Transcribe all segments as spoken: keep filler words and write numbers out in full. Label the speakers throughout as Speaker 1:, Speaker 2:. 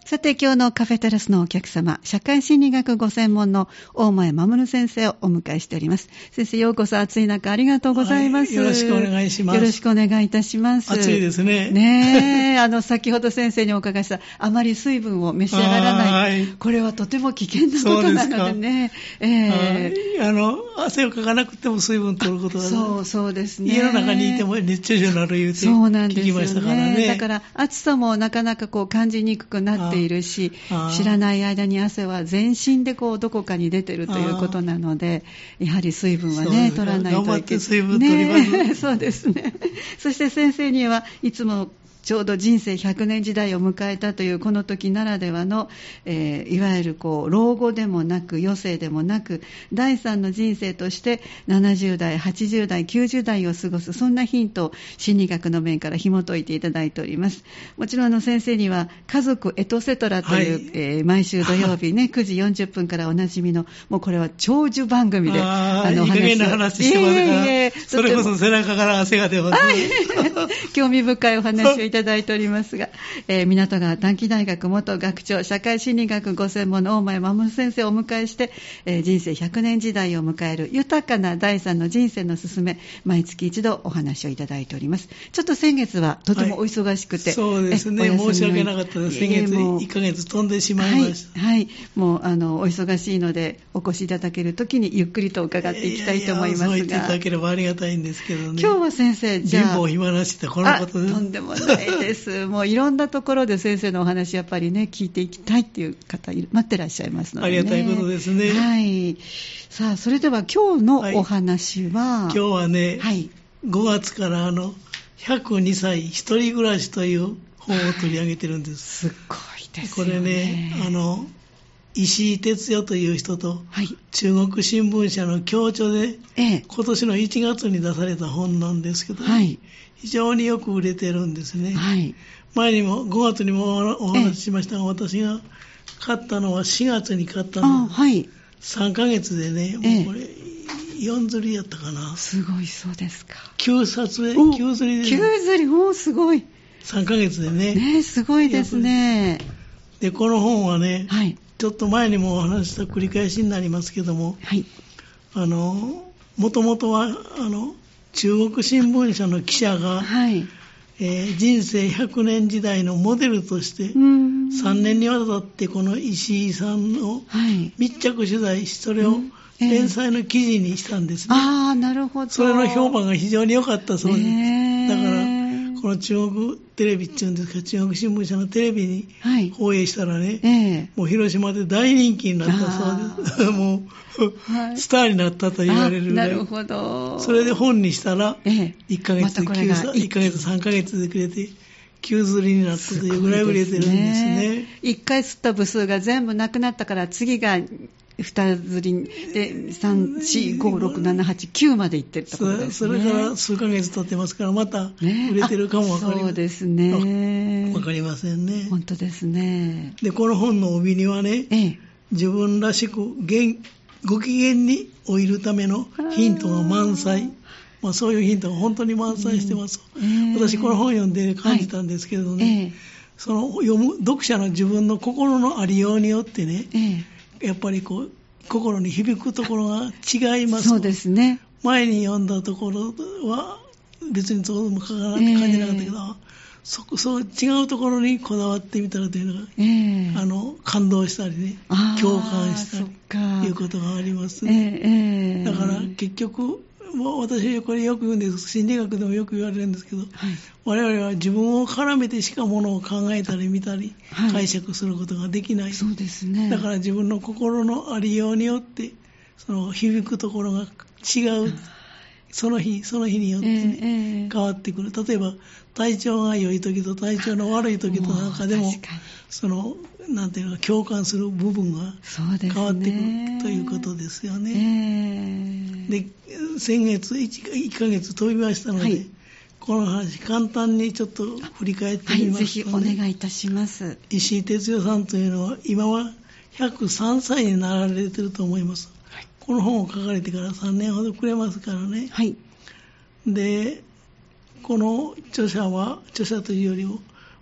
Speaker 1: さて今日のカフェテラスのお客様、社会心理学ご専門の大前守先生をお迎えしております。先生、ようこそ暑い中ありがとうございます、
Speaker 2: はい、よろしくお願いします。
Speaker 1: よろしくお願いいたします。
Speaker 2: 暑いですね。
Speaker 1: ねえ、あの先ほど先生にお伺いしたあまり水分を召し上がらない、はい、これはとても危険なことなのでね。
Speaker 2: えー、あの汗をかかなくても水分取ることが
Speaker 1: そうそうですね。
Speaker 2: 家の中にいても熱中症になる言うて聞きましたからね。
Speaker 1: だから暑さもなかなかこう感じにくくなっているし、知らない間に汗は全身でこうどこかに出てるということなので、やはり水分はね取らないといけない。
Speaker 2: 頑張って水分取ります、
Speaker 1: ね、そうですね。そして先生にはいつもちょうど人生ひゃくねん時代を迎えたというこの時ならではの、えー、いわゆるこう老後でもなく余生でもなく第三の人生としてななじゅう代、はちじゅう代、きゅうじゅう代を過ごす、そんなヒントを心理学の面から紐解いていただいております。もちろんあの先生には家族エトセトラという、はい、えー、毎週土曜日ねくじよんじゅっぷんからおなじみのもうこれは長寿番組で
Speaker 2: ああのいい加減な話してますから、えー、それこそ背中から汗が出ます、ね、
Speaker 1: 興味深いお話をいただいておりますが、えー、港川短期大学元学長、社会心理学ご専門の大前守先生をお迎えして、えー、人生ひゃくねん時代を迎える豊かな第三の人生の勧め、毎月一度お話をいただいております。ちょっと先月はとてもお忙しくて、はい、
Speaker 2: そうですね、申し訳なかったです。先月いっかげつ飛んでしまいました。
Speaker 1: はい、はい、もうあのお忙しいのでお越しいただけるときにゆっくりと伺っていきたいと思いますが、いやいや、そう
Speaker 2: 言っていただければありがたいんですけどね。
Speaker 1: 今日は先生、じゃあ
Speaker 2: 貧乏暇なしってこのことです。
Speaker 1: とんでもないです。もういろんなところで先生のお話やっぱりね聞いていきたいっていう方待ってらっしゃいますので、ね、
Speaker 2: ありがたいことですね。
Speaker 1: はい。さあそれでは今日のお話は、
Speaker 2: はい、今日はね、はい、ごがつからあのひゃくにさい一人暮らしという本を取り上げてるんです。
Speaker 1: すごいですよね。
Speaker 2: これね、あの石井哲代という人と、はい、中国新聞社の共著で、ええ、今年のいちがつに出された本なんですけど、はい、非常によく売れてるんですね。はい、前にもごがつにもお話ししましたが、ええ、私が買ったのはしがつに買ったので、はい、さんかげつでね、もうこれ、ええ、よん釣りやったかな。
Speaker 1: すごい、そうですか。
Speaker 2: きゅうさつで、きゅう釣りで、
Speaker 1: きゅう釣り、おー、すごい。
Speaker 2: さんかげつでね。
Speaker 1: ね、すごいですね。
Speaker 2: で、この本はね、はい、ちょっと前にもお話した繰り返しになりますけども、はい、あの、もともとは、あの、中国新聞社の記者が、はい、えー、人生ひゃくねん時代のモデルとして、さんねんにわたってこの石井さんの密着取材し、それを連載の記事にしたんですね。
Speaker 1: えー、ああ、なるほど。
Speaker 2: それの評判が非常に良かったそうです。えー、だから、この中国テレビっていうんですか、中国新聞社のテレビに放映したらね、はい、えー、もう広島で大人気になったそうです。もう、はい、スターになったと言われるぐらい。
Speaker 1: なるほど。
Speaker 2: それで本にしたら、いっかげつで、ま、いっかげつさんかげつでくれて、急釣りになったというぐらい売れてるんですね。
Speaker 1: いっかい釣った部数が全部なくなったから、次がに釣りでさん、よん、ご、ろく、なな、はち、きゅうまでいってるってことですね。
Speaker 2: それから数ヶ月経ってますから、また売れてるかも分かりません、ね、
Speaker 1: そうですね。
Speaker 2: 分かりませんね。
Speaker 1: 本当ですね。
Speaker 2: で、この本の帯にはね、ええ、自分らしくご機嫌に老いるためのヒントが満載。まあ、そういうヒントが本当に満載してます、うん、えー、私この本読んで感じたんですけどね、はい、えー、その読む読者の自分の心のありようによってね、えー、やっぱりこう心に響くところが違います。
Speaker 1: そうですね。
Speaker 2: 前に読んだところは別にそうも感じなかったけど、えー、そそう違うところにこだわってみたらというのが、えー、あの感動したりね、共感したりということがあります、ね、えーえー、だから結局もう私これよく言うんです。心理学でもよく言われるんですけど、はい、我々は自分を絡めてしかものを考えたり見たり、はい、解釈することができない。
Speaker 1: そうですね。
Speaker 2: だから自分の心のありようによってその響くところが違う。その日その日によって、ね、えーえー、変わってくる。例えば体調が良い時と体調の悪い時となんかでもそのなんていうのか共感する部分が変わってくるということですよね。で、先月 1, いっかげつ飛びましたので、はい、この話簡単にちょっと振り返ってみますと、ね、はい、ぜ
Speaker 1: ひお願いいたします。
Speaker 2: 石井哲代さんというのは今はひゃくさんさいになられていると思います、はい、この本を書かれてからさんねんほどくれますからね、はい、でこの著者は著者というよりも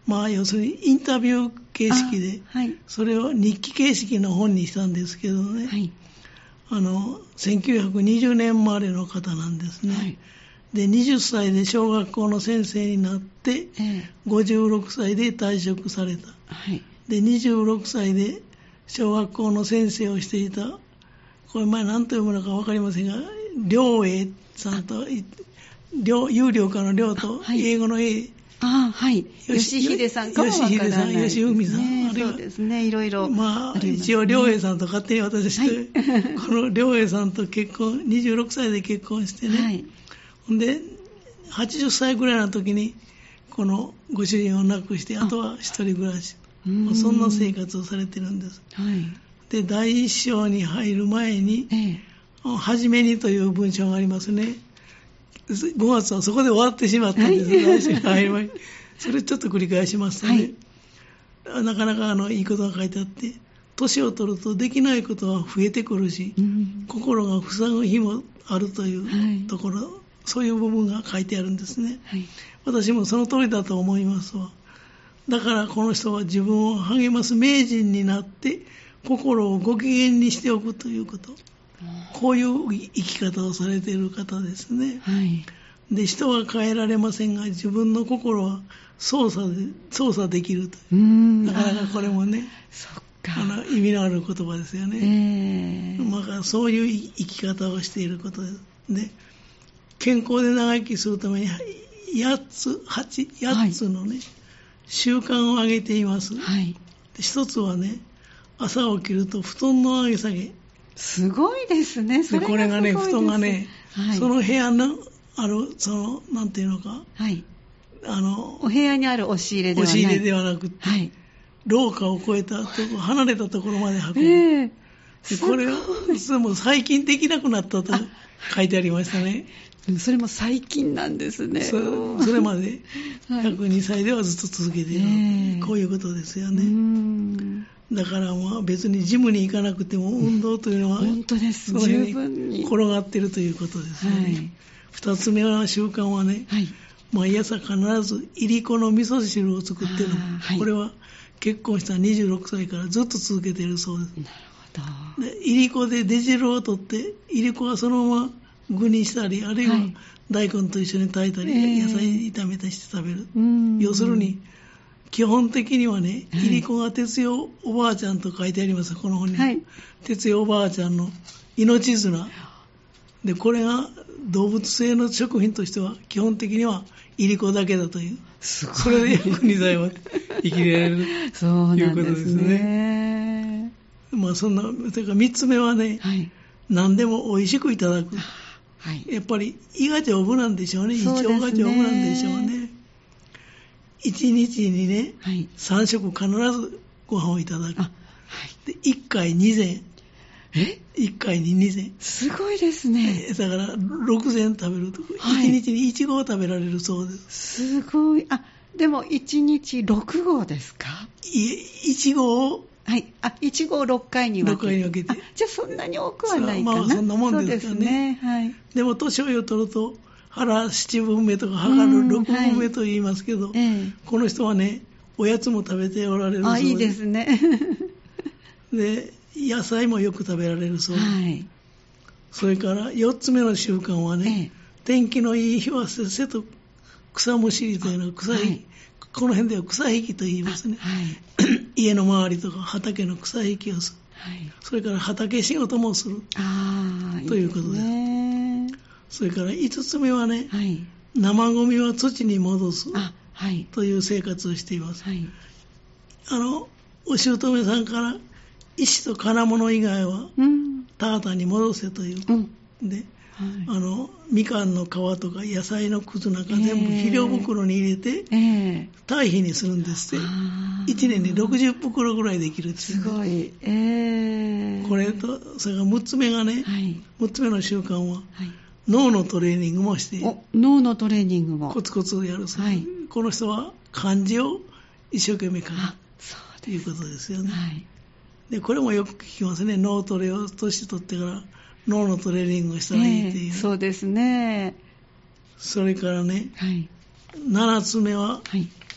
Speaker 2: まあ要するにインタビュー形式で、
Speaker 1: はい、
Speaker 2: それを日記形式の本にしたんですけどね、はい、あのせんきゅうひゃくにじゅうねん生まれの方なんですね、はい、でにじゅっさいで小学校の先生になって、えー、ごじゅうろくさいで退職された、はい、でにじゅうろくさいで小学校の先生をしていた、これ前何と読むのか分かりませんが、良栄さんと有料化の良と英語の A、
Speaker 1: ああ、はい。吉秀さんかもわからない、
Speaker 2: 吉秀さん、吉海さん、
Speaker 1: ね、あるいはそうですね、いろいろ。
Speaker 2: まあ、一応、良栄さんと勝手に私して、はい、この良栄さんと結婚、にじゅうろくさいで結婚してね、はい、ほんで、はちじゅっさいぐらいの時に、このご主人を亡くして、あとは一人暮らし、そんな生活をされてるんです。はい、で、第一章に入る前に、ええ、初めにという文章がありますね。ごがつはそこで終わってしまったんです、はい、はい、それちょっと繰り返しますとね、はい、なかなかあのいいことが書いてあって、年を取るとできないことは増えてくるし、うん、心が塞ぐ日もあるというところ、はい、そういう部分が書いてあるんですね、はい、私もその通りだと思いますわ。だからこの人は自分を励ます名人になって心をご機嫌にしておくということ、こういう生き方をされている方ですね、はい、で人は変えられませんが自分の心は操作で操作できるという、なかなかこれもね、そっか、あの意味のある言葉ですよね、えーまあ、そういう生き方をしていることです。で健康で長生きするためにやっつ、はち、やっつのね、はい、習慣を上げています、はい、で一つはね、朝起きると布団の上げ下げ、
Speaker 1: すごいですね。それがすごいです。でこれがね、
Speaker 2: 布団がね、はい、その部屋のある、その、なんていうのか、はい、
Speaker 1: あの、お部屋にある押し入れではない。
Speaker 2: 押し入れではなくて、はい、廊下を越えたところ、離れたところまで運ぶ。えー、でこれを、それも最近できなくなったと書いてありましたね。
Speaker 1: それも最近なんですね。
Speaker 2: そ, それまでひゃくにさいではずっと続けている、はい、こういうことですよね。うーん、だからまあ別にジムに行かなくても運動というのは、
Speaker 1: 本当です、十分に
Speaker 2: 転がっているということですね、はい、二つ目の習慣はね、はい、毎朝必ずいりこの味噌汁を作っているの、はい、これは結婚したにじゅうろくさいからずっと続けているそうです。なるほど。でいりこで出汁を取っていりこはそのまま具にしたり、あるいは大根と一緒に炊いたり、はい、野菜炒めたりして食べる、えー、要するに基本的にはね、はい、いりこが哲代おばあちゃんと書いてあります、この本に、はい、哲代おばあちゃんの命綱で、これが動物性の食品としては基本的にはいりこだけだという、すごい、それでひゃくにさいは生きられるということですね。まあそんな、それからみっつめはね、はい、何でも美味しくいただく、はい、やっぱり胃が丈夫なんでしょうね、胃腸が丈夫なんでしょうね。一日にね、はい、さん食必ずご飯をいただく、はい、でいっかいに膳、えいっかいにに膳、
Speaker 1: すごいですね。
Speaker 2: だからろく膳食べると、はい、いちにちにいち合食べられるそうです。
Speaker 1: すごい。あ、でもいちにちろく合ですか？
Speaker 2: いえ、いち合を、
Speaker 1: はい、あ、いち合ろっかいに分けて、ろっかいに分けて、じゃあそんなに多くはないかな。
Speaker 2: まあそんなもんですよね。そうですね、はい、でも年を取ると腹ななぶんめとか腹のろくぶんめと言いますけど、はい、ええ、この人はね、おやつも食べておられるそうです。
Speaker 1: あ、いいですね。
Speaker 2: で、野菜もよく食べられるそうです、はい、それからよっつめの習慣はね、ええ、天気のいい日はせっせと草むしりというのは草、はい、この辺では草引きと言いますね、はい、家の周りとか畑の草引きをする、はい、それから畑仕事もする、あ、ということです。いいですね。それからいつつめはね、はい、生ゴミは土に戻す、はい、という生活をしています、はい、あのお姑さんから石と金物以外は田畑に戻せという、うん、で、はい、あのみかんの皮とか野菜のくずなんか全部肥料袋に入れて、えー、堆肥にするんですって、いちねんにろくじゅっぷくろぐらいできるって、
Speaker 1: すごい、えー、
Speaker 2: これとそれからむっつめがね、はい、むっつめの習慣は、はい、脳のトレーニングもして、
Speaker 1: お、脳のトレーニングも
Speaker 2: コツコツやる、はい、この人は漢字を一生懸命書くということですよね、はい、でこれもよく聞きますね。脳トレを年取ってから脳のトレーニングをしたらいいっていう、えー、
Speaker 1: そうですね。
Speaker 2: それからね、はい、ななつめは、はい、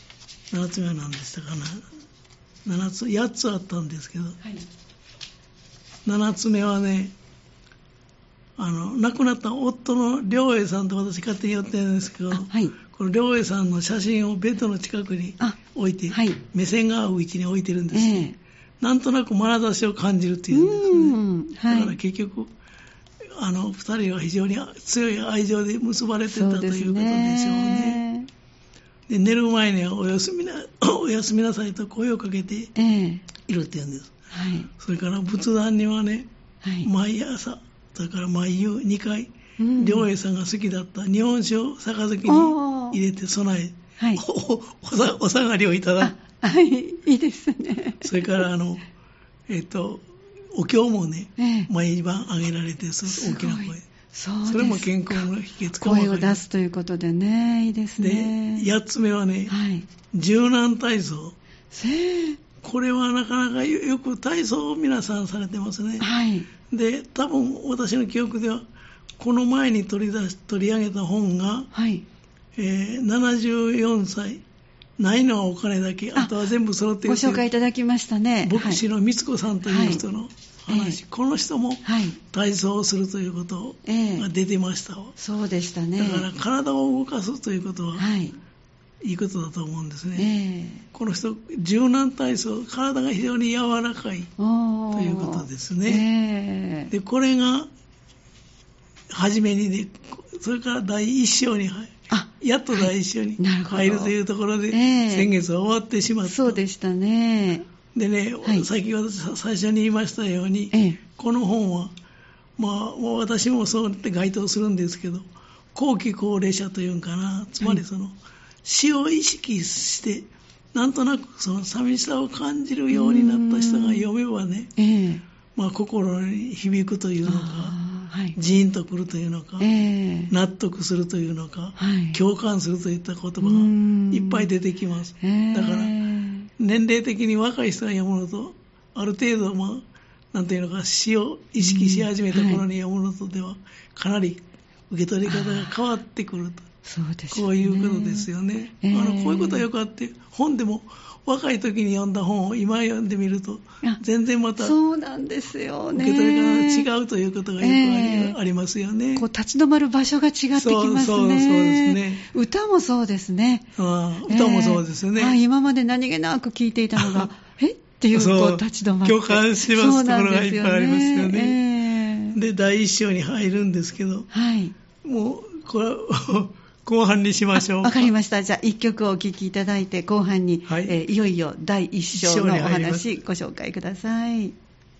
Speaker 2: ななつめは何でしたかな、ななつ、やっつあったんですけど、はい、ななつめはね、あの亡くなった夫の良栄さんと私勝手に寄ってるんですけど、はい、この良栄さんの写真をベッドの近くに置いて、はい、目線が合う位置に置いてるんです、ね、えー、なんとなく眼差しを感じるっていうんですね、はい、だから結局あのふたりは非常に強い愛情で結ばれてたということでしょうね。で寝る前にはおやすみなおやすみなさいと声をかけているっていうんです、えーはい、それから仏壇にはね、はい、毎朝それから毎夕にかい、うん、良栄さんが好きだった日本酒を杯に入れて備え、はい、お, お, お下がりをいただく、
Speaker 1: はい、いいですね。
Speaker 2: それからあのえっ、ー、とお経もね、ええ、毎晩あげられて、大きな声、そうそれも健康の秘訣かもわかります。
Speaker 1: 声を出すということでね、いいですね。
Speaker 2: で、やっつめはね、はい、柔軟体操。これはなかなかよく体操を皆さんされてますね。はい、で、多分私の記憶では、この前に取り出し取り上げた本が、はい、えー、ななじゅうよんさい。ないのはお金だけ、あとは全部揃っている。
Speaker 1: ご紹介いただきましたね。
Speaker 2: 牧師の光子さんという人の話、はいえー、この人も体操をするということが出てましたわ、えー、
Speaker 1: そうでしたね。
Speaker 2: だから体を動かすということは、はい、いいことだと思うんですね、えー、この人柔軟体操、体が非常に柔らかいということですね、えー、でこれが初めにね、それからだいいっ章に入る、やっと第一章に入るというところで、えー、先月は終わってしまった。
Speaker 1: そうでしたね。
Speaker 2: でね、はい、先ほど最初に言いましたように、えー、この本は、まあ、私もそうやって該当するんですけど、後期高齢者というんかな、つまりその、はい、死を意識して、なんとなくその寂しさを感じるようになった人が読めばね、えーまあ、心に響くというのか、はい、ジーンとくるというのか、えー、納得するというのか、はい、共感するといった言葉がいっぱい出てきます、えー、だから年齢的に若い人が読むのとある程度、まあ、なんていうのか死を意識し始めた頃に読むのとではかなり受け取り方が変わってくると、そうですね、こういうことですよね、えー、あのこういうことはよくあって本でも若い時に読んだ本を今読んでみると全然また
Speaker 1: そうなんですよね、
Speaker 2: 受け取り方が違うということがよくあり、えー、ありますよね。
Speaker 1: こう立ち止まる場所が違ってきますね。そうそうそうですね。歌もそうですね。
Speaker 2: ああ、歌もそうですよね、
Speaker 1: えー、今まで何気なく聞いていたのがえっていうこう立ち止まって
Speaker 2: 共感しますところがいっぱいありますよね。 で, えー、で第一章に入るんですけど、はい、もうこれは後半にしましょう。
Speaker 1: わかりました。じゃあ一曲お聴きいただいて後半に、はいえー、いよいよだいいっ章のお話ご紹介ください。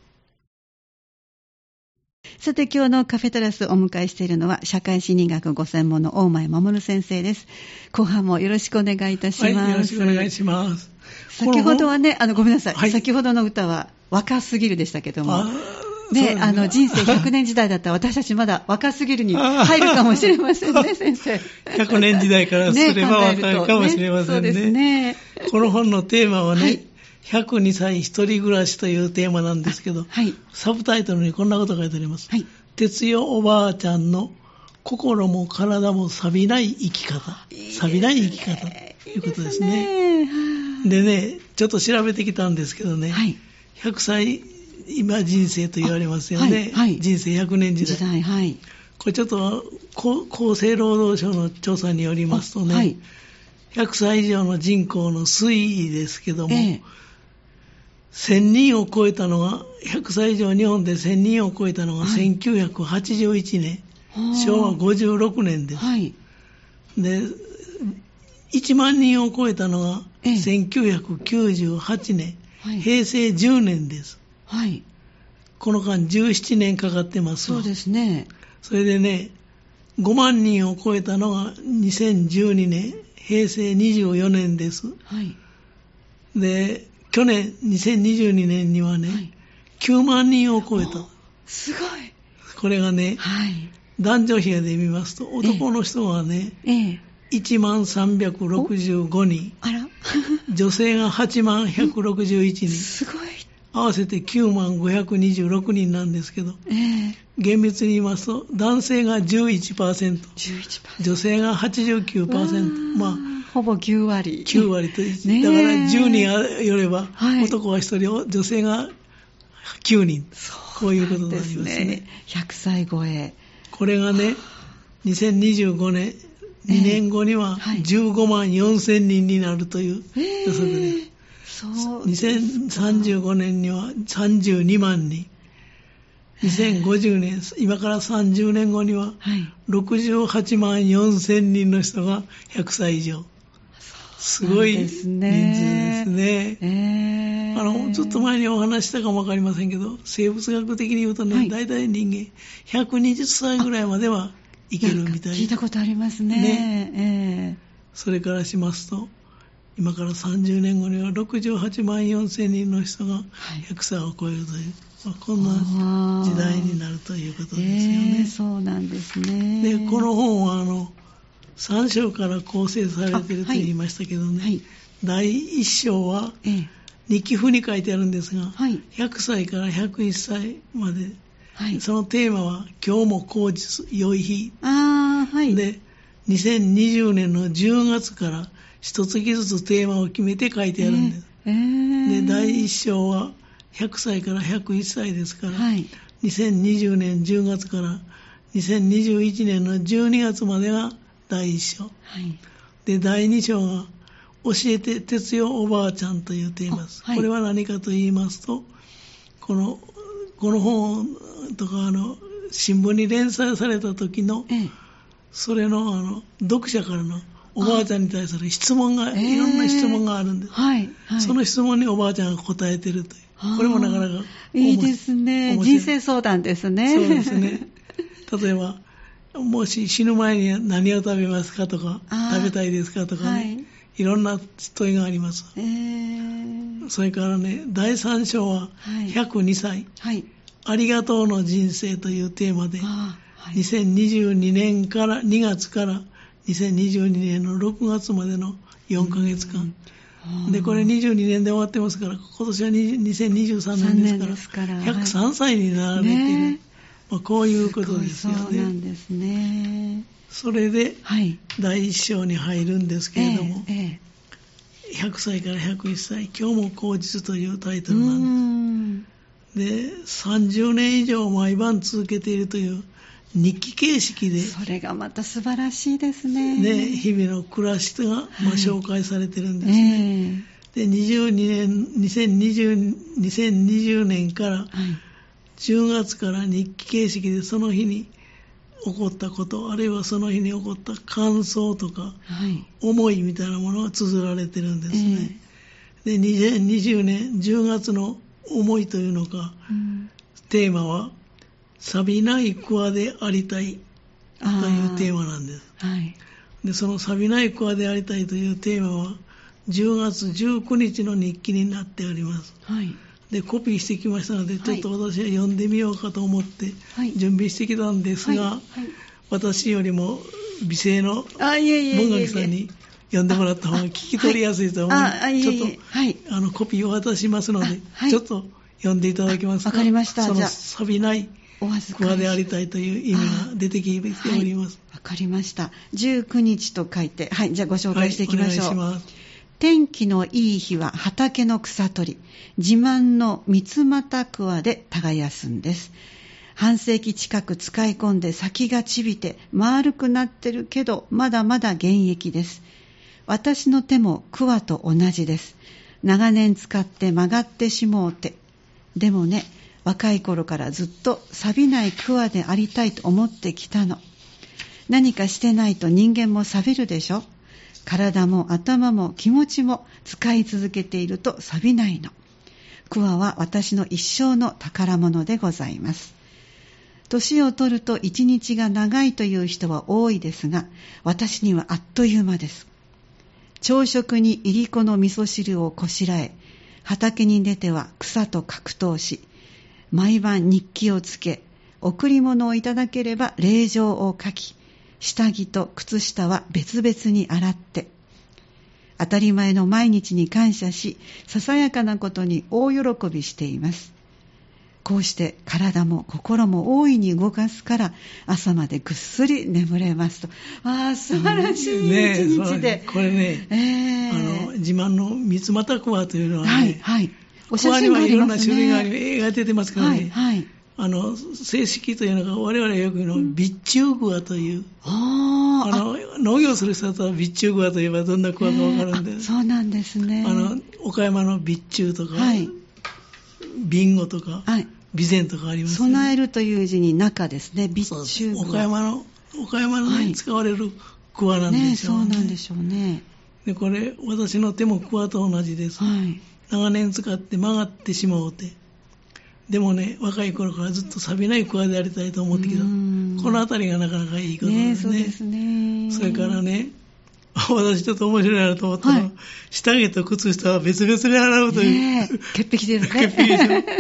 Speaker 1: さて今日のカフェテラスをお迎えしているのは社会心理学ご専門の大前守先生です。後半もよろしくお願いいたします。
Speaker 2: はい、よろしくお願いします。
Speaker 1: 先ほどはね、あのごめんなさい、はい、先ほどの歌は若すぎるでしたけどもね、あの人生ひゃくねん時代だったら私たちまだ若すぎるに入るかもしれませんね先生。
Speaker 2: ひゃくねん時代からすれば若いかもしれません ね, ね, そうですね。この本のテーマはね、はい、ひゃくにさい一人暮らしというテーマなんですけど、はい、サブタイトルにこんなことが書いてあります、はい、哲代おばあちゃんの心も体も錆びない生き方、錆びない生き方ということですね。でね、ちょっと調べてきたんですけどね、はい、ひゃくさい今人生と言われますよね、はいはい、人生ひゃくねん時代、時代、はい、これちょっと厚生労働省の調査によりますとね、はい、ひゃくさい以上の人口の推移ですけども、えー、せんにんを超えたのがひゃくさい以上日本でせんにんを超えたのがせんきゅうひゃくはちじゅういちねん、はい、しょうわごじゅうろくねんです、はい、でいちまんにんを超えたのがせんきゅうひゃくきゅうじゅうはちねん、はい、へいせいじゅうねんです。はい、この間じゅうななねんかかってます。
Speaker 1: そうですね。
Speaker 2: それでね、ごまんにんを超えたのがにせんじゅうにねん、へいせいにじゅうよねんです。はい、で、去年にせんにじゅうにねんにはね、はい、きゅうまんにんを超えた。
Speaker 1: すごい。こ
Speaker 2: れがね、はい、男女比で見ますと、男の人がね、ええ、いちまんさんびゃくろくじゅうごにん、あら女性がはちまんひゃくろくじゅういちにん、
Speaker 1: すごい。
Speaker 2: 合わせてきゅうまんごひゃくにじゅうろくにんなんですけど、えー、厳密に言いますと男性が じゅういちパーセント、じゅういちパーセント、女性が はちじゅうきゅうパーセント、まあ
Speaker 1: ほぼきゅうわり。
Speaker 2: きゅうわりと、ね、だからじゅうにんよれば、はい、男はひとり、女性がきゅうにん。こういうことになりますね。ですね。
Speaker 1: ひゃくさい超え。こ
Speaker 2: れがね、にせんにじゅうごねん、にねんごにはじゅうごまんよんせんにんになるという予測です。えー、そうにせんさんじゅうごねんにはさんじゅうにまんにん。にせんごじゅうねん、今からさんじゅうねんごにはろくじゅうはちまんよんせんにんの人がひゃくさい以上。すごい人数ですね。えー、あのちょっと前にお話したかもわかりませんけど、生物学的に言うとね、はい、大体人間ひゃくにじゅっさいぐらいまではいけるみたいな。
Speaker 1: 聞いたことありますね。ね、
Speaker 2: えー、それからしますと、今からさんじゅうねんごにはろくじゅうはちまんよんせんにんの人がひゃくさいを超えるという、はいまあ、こんな時代になるということですよね。
Speaker 1: えー、そうなんですね。
Speaker 2: で、この本はあのさん章から構成されていると言いましたけどね、はい、だいいっ章は日記風に書いてあるんですが、はい、ひゃくさいからひゃくいっさいまで、はい、そのテーマは今日も口実良い日、あ、はい、でにせんにじゅうねんのじゅうがつから一月ずつテーマを決めて書いてあるんです、えーえー、でだいいっ章はひゃくさいからひゃくいっさいですから、はい、にせんにじゅうねんじゅうがつからにせんにじゅういちねんのじゅうにがつまでがだいいっ章、はい、でだいに章が教えて哲代おばあちゃんというテーマです、はい、これは何かと言いますと、このこの本とかあの新聞に連載された時の、ええ、それのあの読者からのおばあちゃんに対する質問が、いろんな質問があるんです、はいはい、その質問におばあちゃんが答えてるという、これもなかなか
Speaker 1: いいですね。人生相談ですね。
Speaker 2: そうですね。例えばもし死ぬ前に何を食べますかとか、食べたいですかとかね、はい、いろんな問いがあります、えー、それからね、だいさん章はひゃくにさい、はい、ありがとうの人生というテーマで、はい、にせんにじゅうにねんからにがつからにせんにじゅうにねんのろくがつまでのよんかげつかん、うん、でこれにじゅうにねんで終わってますから、今年はにせんにじゅうさんねんですから、ひゃくさんさいになられている、ね、まあ、こういうことですよね。
Speaker 1: そうなんですね。
Speaker 2: それで、はい、だいいっ章に入るんですけれども、えーえー、ひゃくさいからひゃくいっさい、今日も口実というタイトルなんです。で、さんじゅうねん以上毎晩続けているという日記形式で、
Speaker 1: それがまた素晴らしいですね。
Speaker 2: ね、日々の暮らしが、まあ、紹介されてるんですね。えー、で、にじゅうにねん、にせんにじゅう、にせんにじゅうねんからじゅうがつから日記形式でその日に起こったこと、あるいはその日に起こった感想とか、はい、思いみたいなものが綴られてるんですね。えー、で、にせんにじゅうねんじゅうがつの思いというのか、うん、テーマは錆びない桑でありたいというテーマなんです。はい、で、その錆びない桑でありたいというテーマはじゅうがつじゅうくにちの日記になっております。はい、でコピーしてきましたので、ちょっと私は読んでみようかと思って準備してきたんですが、はいはいはい、私よりも美声の文学さんに読んでもらった方が聞き取りやすいと思うので、はい、ちょっと、はい、あのコピーを渡しますので、はい、ちょっと読んでいただけますか。
Speaker 1: わかりました。
Speaker 2: その錆びない桑でありたいという意味が出てきております。
Speaker 1: わ、はい、かりました。じゅうくにちと書いて、はい、じゃあご紹介していきましょう。
Speaker 2: はい、お願いします。
Speaker 1: 天気のいい日は畑の草取り、自慢の三つ股桑で耕すんです。半世紀近く使い込んで先がちびて丸くなってるけど、まだまだ現役です。私の手も桑と同じです。長年使って曲がってしもうて。でもね、若い頃からずっと錆びない桑でありたいと思ってきたの。何かしてないと人間も錆びるでしょ。体も頭も気持ちも使い続けていると錆びないの。桑は私の一生の宝物でございます。年を取ると一日が長いという人は多いですが、私にはあっという間です。朝食にいりこの味噌汁をこしらえ、畑に出ては草と格闘し、毎晩日記をつけ、贈り物をいただければ礼状を書き、下着と靴下は別々に洗って、当たり前の毎日に感謝し、ささやかなことに大喜びしています。 こうして体も心も大いに動かすから朝までぐっすり眠れますと。ああ、素晴らしい一日で、
Speaker 2: ね、これね、えー、あの自慢の三つ股クワというのはね、はいはい、
Speaker 1: お写真がありますね。クワにはいろんな種類があり、
Speaker 2: 絵が出てますからね、はいはい、あの正式というのが我々よく言うの、うん、備中クワという、ああの農業する人だと備中クワといえばどんなクワか分かるんで、えー、
Speaker 1: そうなんですね。
Speaker 2: あの岡山の備中とか、はい、ビンゴとか、はい、備前とかありますね。
Speaker 1: 備えるという字に中ですね。備中
Speaker 2: 岡山の岡山の、ね、はい、使われるクワなんでしょうね。
Speaker 1: ね、そうなんでしょうね。
Speaker 2: でこれ私の手もクワと同じです、はい、長年使って曲がってしまうて、でもね若い頃からずっと錆びないクワでありたいと思ってきた。このあたりがなかなかいいことですね。
Speaker 1: ね、そうですね。
Speaker 2: それからね、私ちょっと面白いなと思ったのは、はい、下着と靴下は別々に洗うという、
Speaker 1: ね、潔癖ですね。
Speaker 2: 潔癖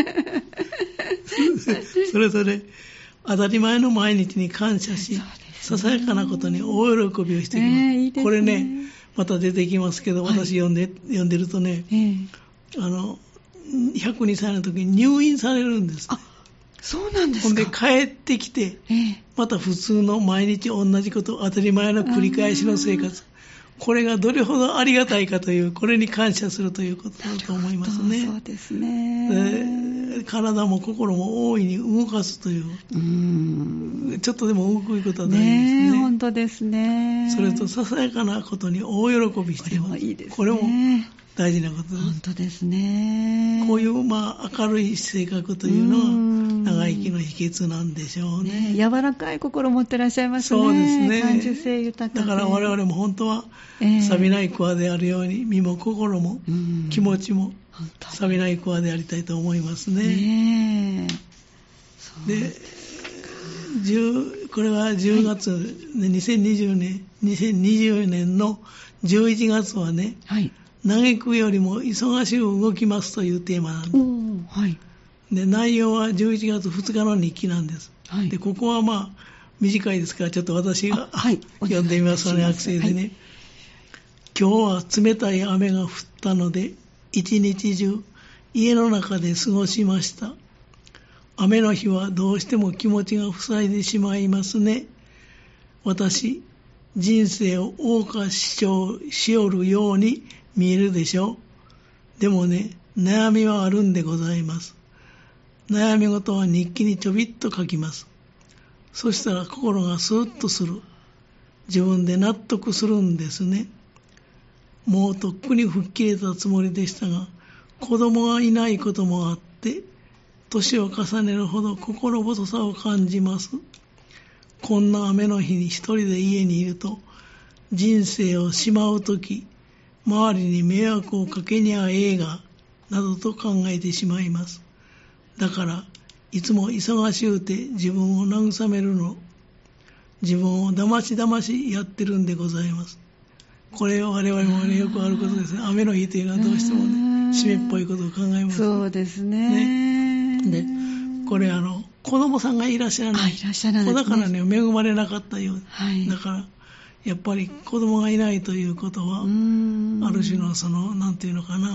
Speaker 2: でしょそれぞれ当たり前の毎日に感謝し、ささやかなことに大喜びをしてきます、えーいいですね。これねまた出てきますけど、はい、私読んで読んでるとね、えー、あのひゃくにさいの時に入院されるんです。
Speaker 1: あ、そうなんですか。
Speaker 2: ほんで帰ってきて、えー、また普通の毎日同じこと当たり前の繰り返しの生活、これがどれほどありがたいかという、これに感謝するということだと思いますね。
Speaker 1: そうですね。
Speaker 2: 体も心も大いに動かすという、うーん、ちょっとでも動くことは大事ですね。
Speaker 1: ね、本当ですね。
Speaker 2: それとささやかなことに大喜びしています。
Speaker 1: これもいいですね。
Speaker 2: これも大事なことです。
Speaker 1: 本当ですね。
Speaker 2: こういう、まあ、明るい性格というのは長生きの秘訣なんでしょうね。
Speaker 1: ね、柔らかい心を持ってらっしゃいますね。
Speaker 2: そうですね。
Speaker 1: 感受性豊かで。
Speaker 2: だから我々も本当は、えー、錆びないクワであるように、身も心も気持ちも錆びないクワでありたいと思いますね。ねえ。で、これはじゅうがつ、はい、にせんにじゅうねん、にせんにじゅうねんのじゅういちがつはね、はい、嘆くよりも忙しく動きますというテーマなんです。はい、で内容はじゅういちがつふつかの日記なんです。はい、でここはまあ短いですからちょっと私が、はい、読んでみますね。学生でね、はい、今日は冷たい雨が降ったので一日中家の中で過ごしました。雨の日はどうしても気持ちが塞いでしまいますね。私、人生を謳歌しおるように見えるでしょう。でもね、悩みはあるんでございます。悩み事は日記にちょびっと書きます。そしたら心がスーッとする。自分で納得するんですね。もうとっくに吹っ切れたつもりでしたが、子供がいないこともあって、年を重ねるほど心細さを感じます。こんな雨の日に一人で家にいると、人生をしまうとき、周りに迷惑をかけにゃええが、などと考えてしまいます。だから、いつも忙しゅうて自分を慰めるの。自分をだましだましやってるんでございます。これは我々も、ね、よくあることですね。雨の日というのはどうしてもね、湿っぽいことを考えます、ね。
Speaker 1: そうですね。
Speaker 2: ねで、これあの、子供さんがいらっしゃらない。
Speaker 1: あ、いらっしゃらない、ね。
Speaker 2: 子だからね、恵まれなかったよう、はい、だから、やっぱり子供がいないということは、ある種のその、なんていうのかな、はい、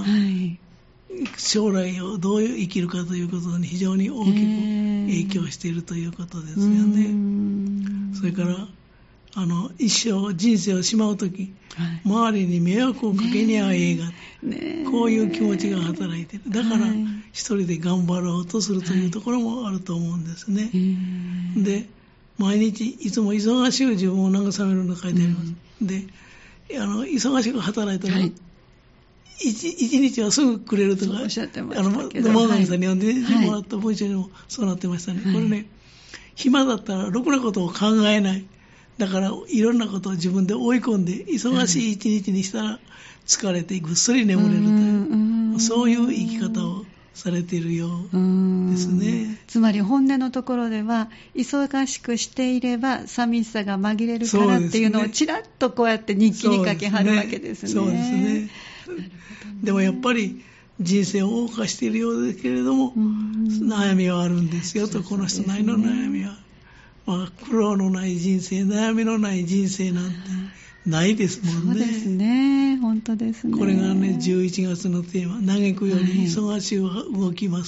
Speaker 2: 将来をどう生きるかということに非常に大きく影響しているということですよね。それから、あの一生人生をしまうとき、はい、周りに迷惑をかけにゃええが、ね、こういう気持ちが働いている。だから、はい、一人で頑張ろうとするというところもあると思うんですね。はい、で、毎日いつも忙しく自分を慰めるのが書いてあります。うん、で、あの忙しく働いたら、はい、一, 一日はすぐくれるとか、
Speaker 1: おっしゃってましたけど、
Speaker 2: あの、野上さんに読んでもらった文章にもそうなってましたね。はい、これね、暇だったらろくなことを考えない。だからいろんなことを自分で追い込んで忙しい一日にしたら疲れてぐっすり眠れるという、そういう生き方をされているようですね。
Speaker 1: つまり本音のところでは忙しくしていれば寂しさが紛れるからっていうのをちらっとこうやって日記に書きはるわけですね。
Speaker 2: そうですね。でもやっぱり人生を謳歌しているようですけれども、悩みはあるんですよと、この人なりの悩みは。まあ、苦労のない人生、悩みのない人生なんてないですもんね。
Speaker 1: そうですね。本当ですね。
Speaker 2: これがね、じゅういちがつのテーマ、嘆くより忙しい動きます。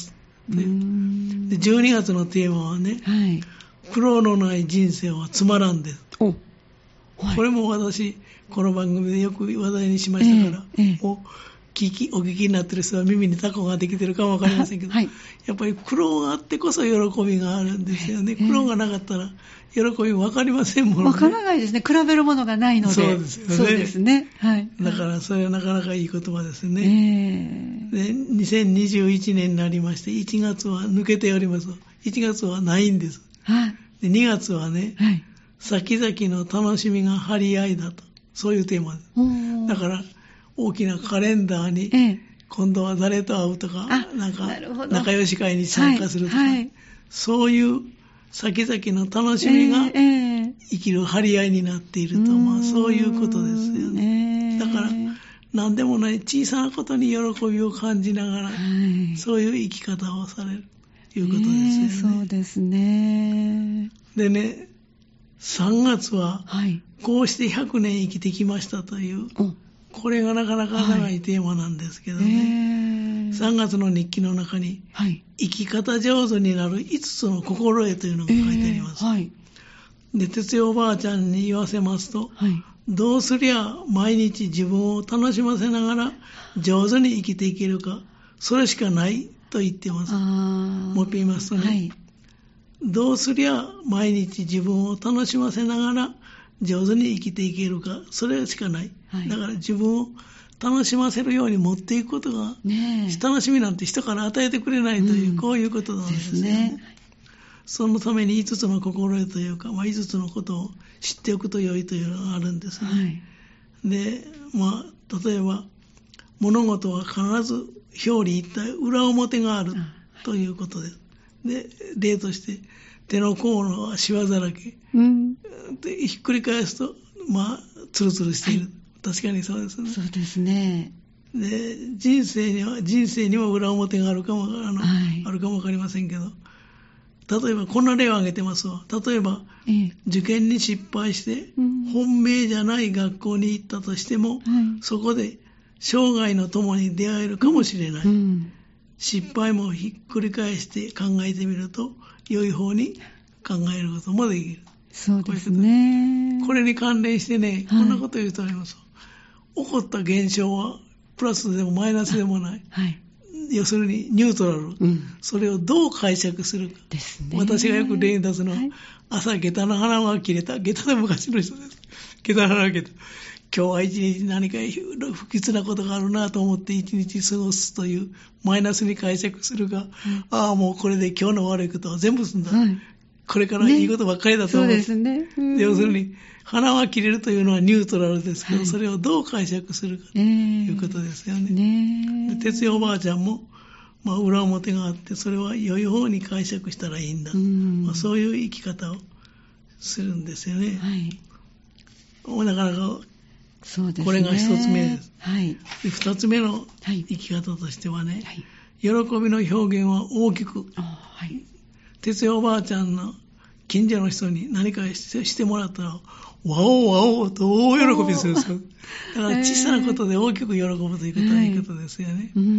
Speaker 2: でじゅうにがつのテーマはね、はい、苦労のない人生はつまらんです。お、はい、これも私この番組でよく話題にしましたから、えーえー、お聞きお聞きになっている人は耳にタコができてるかもわかりませんけど、はい、やっぱり苦労があってこそ喜びがあるんですよね。苦労がなかったら喜びもわかりませんもんね。
Speaker 1: わからないですね。比べるものがないので。
Speaker 2: そうですよね。
Speaker 1: そうですね。はい。
Speaker 2: だからそれはなかなかいい言葉ですね。えー、でにせんにじゅういちねんになりましていちがつは抜けております。いちがつはないんです。はい、でにがつはね、はい、先々の楽しみが張り合いだと、そういうテーマです。だから大きなカレンダーに、ええ、今度は誰と会うとか、なんか仲良し会に参加するとか、はいはい、そういう先々の楽しみが生きる張り合いになっていると、ええ、まあ、そういうことですよね。え、だから何でもない小さなことに喜びを感じながら、はい、そういう生き方をされるということですよね。
Speaker 1: え、そうですね。
Speaker 2: でね、さんがつはこうしてひゃくねん生きてきましたという、はい、これがなかなか長いテーマなんですけどね、はい、えー、さんがつの日記の中に、はい、生き方上手になるいつつの心得というのが書いてあります、えーはい、で哲代おばあちゃんに言わせますと、はい、どうすりゃ毎日自分を楽しませながら上手に生きていけるか、それしかないと言ってます。もう一回言いますとね、はい、どうすりゃ毎日自分を楽しませながら上手に生きていけるか、それしかない、はい、だから自分を楽しませるように持っていくことが、ね、楽しみなんて人から与えてくれないという、うん、こういうことなんですよ ね, ですね。そのためにいつつの心得というか、まあ、いつつのことを知っておくと良いというのがあるんですね、はい、で、まあ、例えば物事は必ず表裏一体裏表があるということです。で、例として手の甲のシワだらけ、うん、でひっくり返すとまあツルツルしている、はい、確かにそうですね。
Speaker 1: そうですね。
Speaker 2: で、人生には人生にも裏表があるかも、あの、はい、あるかもわかりませんけど、例えばこんな例を挙げてますわ。例えば、ええ、受験に失敗して、うん、本命じゃない学校に行ったとしても、うん、そこで生涯の友に出会えるかもしれない、うんうん、失敗もひっくり返して考えてみると良い方に考えることもできる。
Speaker 1: そうですね。
Speaker 2: これに関連してね、こんなこと言うとあります、はい、起こった現象はプラスでもマイナスでもない、はい、要するにニュートラル、うん、それをどう解釈するかですね。私がよく例に出すのは、はい、朝下駄の花が切れた。下駄で昔の人です。下駄の花が切れた。今日は一日何か不吉なことがあるなと思って一日過ごすというマイナスに解釈するか、うん、ああもうこれで今日の悪いことは全部済んだ、はい、これからいいことばっかりだと思う、ね、そうですね、うん、要するに花は切れるというのはニュートラルですけど、はい、それをどう解釈するかということですよね。ね、哲代おばあちゃんも、まあ、裏表があってそれは良い方に解釈したらいいんだ、うんまあ、そういう生き方をするんですよね、はい、なかなかそうですね、これが一つ目です、はい、で二つ目の生き方としてはね、はい、喜びの表現は大きく、はい、哲代おばあちゃんの近所の人に何かしてもらったらワオワオと大喜びするんですよ。だから小さなことで大きく喜ぶということはいいことですよね、はい、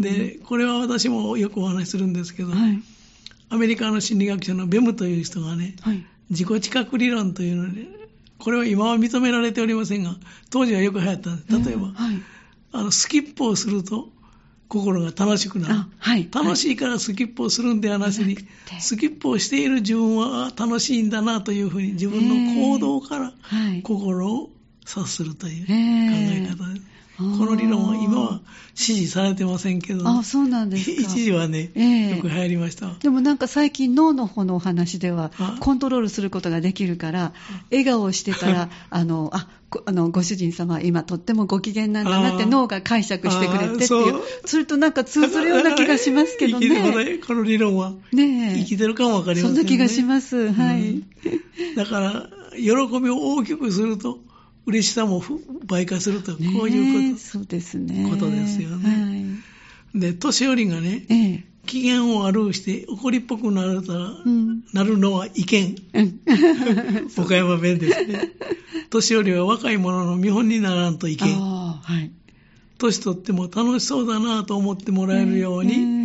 Speaker 2: でこれは私もよくお話しするんですけど、はい、アメリカの心理学者のベムという人がね、はい、自己知覚理論というので、これは今は認められておりませんが当時はよく流行ったんです。例えば、はい、あのスキップをすると心が楽しくなる、はい、楽しいからスキップをするんではなしに、はい、スキップをしている自分は楽しいんだなというふうに自分の行動から心を察するという考え方です。この理論は今は支持されてませんけど、
Speaker 1: あ、そうなんですか。
Speaker 2: 一時はね、えー、よく流行りました。
Speaker 1: でもなんか最近脳の方のお話ではコントロールすることができるから笑顔をしてたらあのああのご主人様今とってもご機嫌なんだなって脳が解釈してくれてっていう、それとなんか通ずるような気がしますけどね。
Speaker 2: この理論は生きてるかもわかりませんね。
Speaker 1: そんな気がします、はい、うん、
Speaker 2: だから喜びを大きくすると嬉しさも倍化すると、こういうこと、そうですね、ことですよね、はい、で年寄りがね、ええ、機嫌を悪くして怒りっぽくなるたら、うん、なるのは意見、うん、岡山弁ですね。年寄りは若い者の見本にならんといけん、はい、年取っても楽しそうだなと思ってもらえるように、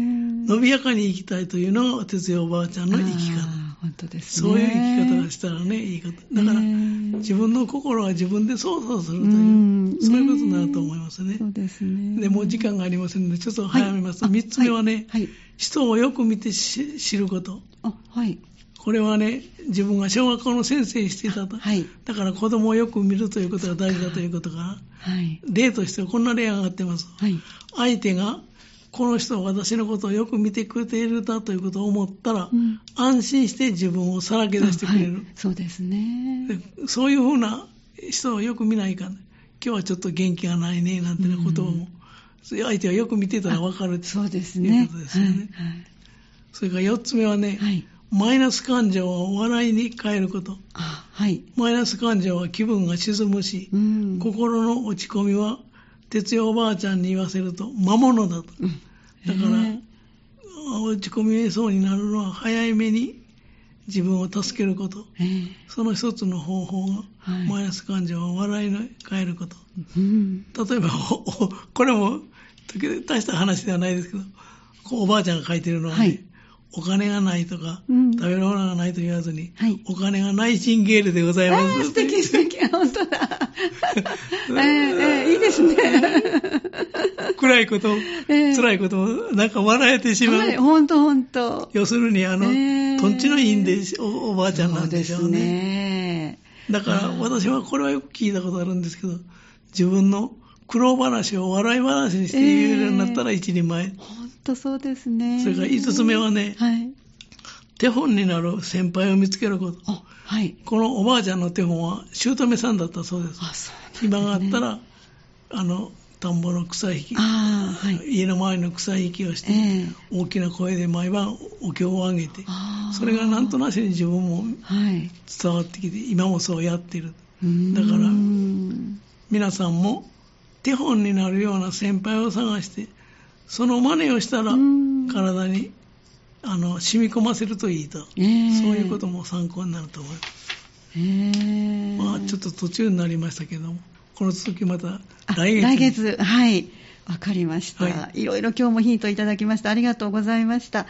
Speaker 2: 伸びやかに生きたいというのが哲代おばあちゃんの生き方。
Speaker 1: 本当ですね。
Speaker 2: そういう生き方がしたらね、いいこと。だから、自分の心は自分で操作するという、うそういうことになると思いますね。
Speaker 1: そうですね。
Speaker 2: でもう時間がありませんので、ちょっと早めますと、はい、みっつめはね、はいはい、人をよく見て知ること。
Speaker 1: あ、はい。
Speaker 2: これはね、自分が小学校の先生していたと、はい、だから子供をよく見るということが大事だということが、はい、例としてはこんな例が上がってます、はい、相手がこの人は私のことをよく見てくれているんだということを思ったら、うん、安心して自分をさらけ出してくれる、はい、
Speaker 1: そうですね。
Speaker 2: でそういうふうな人をよく見ないかん、ね、今日はちょっと元気がないねなんてなことを、うん、相手はよく見てたら分かるということですよね。そうですね、はいはい、それからよっつめはね、はい、マイナス感情を笑いに変えること。あ、はい、マイナス感情は気分が沈むし、うん、心の落ち込みは哲代おばあちゃんに言わせると魔物だと、うん、だから落ち込みそうになるのは早い目に自分を助けること、その一つの方法が、はい、マイナス感情を笑いに変えること、うん、例えばこれも大した話ではないですけど、おばあちゃんが書いてるのはね、はい、お金がないとか、うん、食べるものがないと言わずに、はい、お金がないチンゲールでございます。
Speaker 1: あ、素敵素敵、本当だ。えーえー、いいですね。
Speaker 2: 暗いこと、えー、辛いこともなんか笑えてしまう。はい、
Speaker 1: 本当本当。
Speaker 2: 要するにあの、えー、とんちのいいんで お, おばあちゃんなんでしょうね。そうですね。だから私はこれはよく聞いたことあるんですけど、自分の苦労話を笑い話にして言えるようになったら一人前。
Speaker 1: 本当そうですね。
Speaker 2: それから五つ目はね、はい、手本になる先輩を見つけること。あ、はい、このおばあちゃんの手本は姑さんだったそうです。あ、そうなんですね。今があったらあの田んぼの草引き、あ、はい、家の周りの草引きをして、えー、大きな声で毎晩お経をあげて、それがなんとなしに自分も伝わってきて、はい、今もそうやっている。だから皆さんも手本になるような先輩を探して、その真似をしたら体にあの染み込ませるといいと、えー、そういうことも参考になると思います。えー、まあちょっと途中になりましたけども、この続きまた来月。
Speaker 1: 来月、はい、わかりました。はい、いろいろ今日もヒントいただきました。ありがとうございました。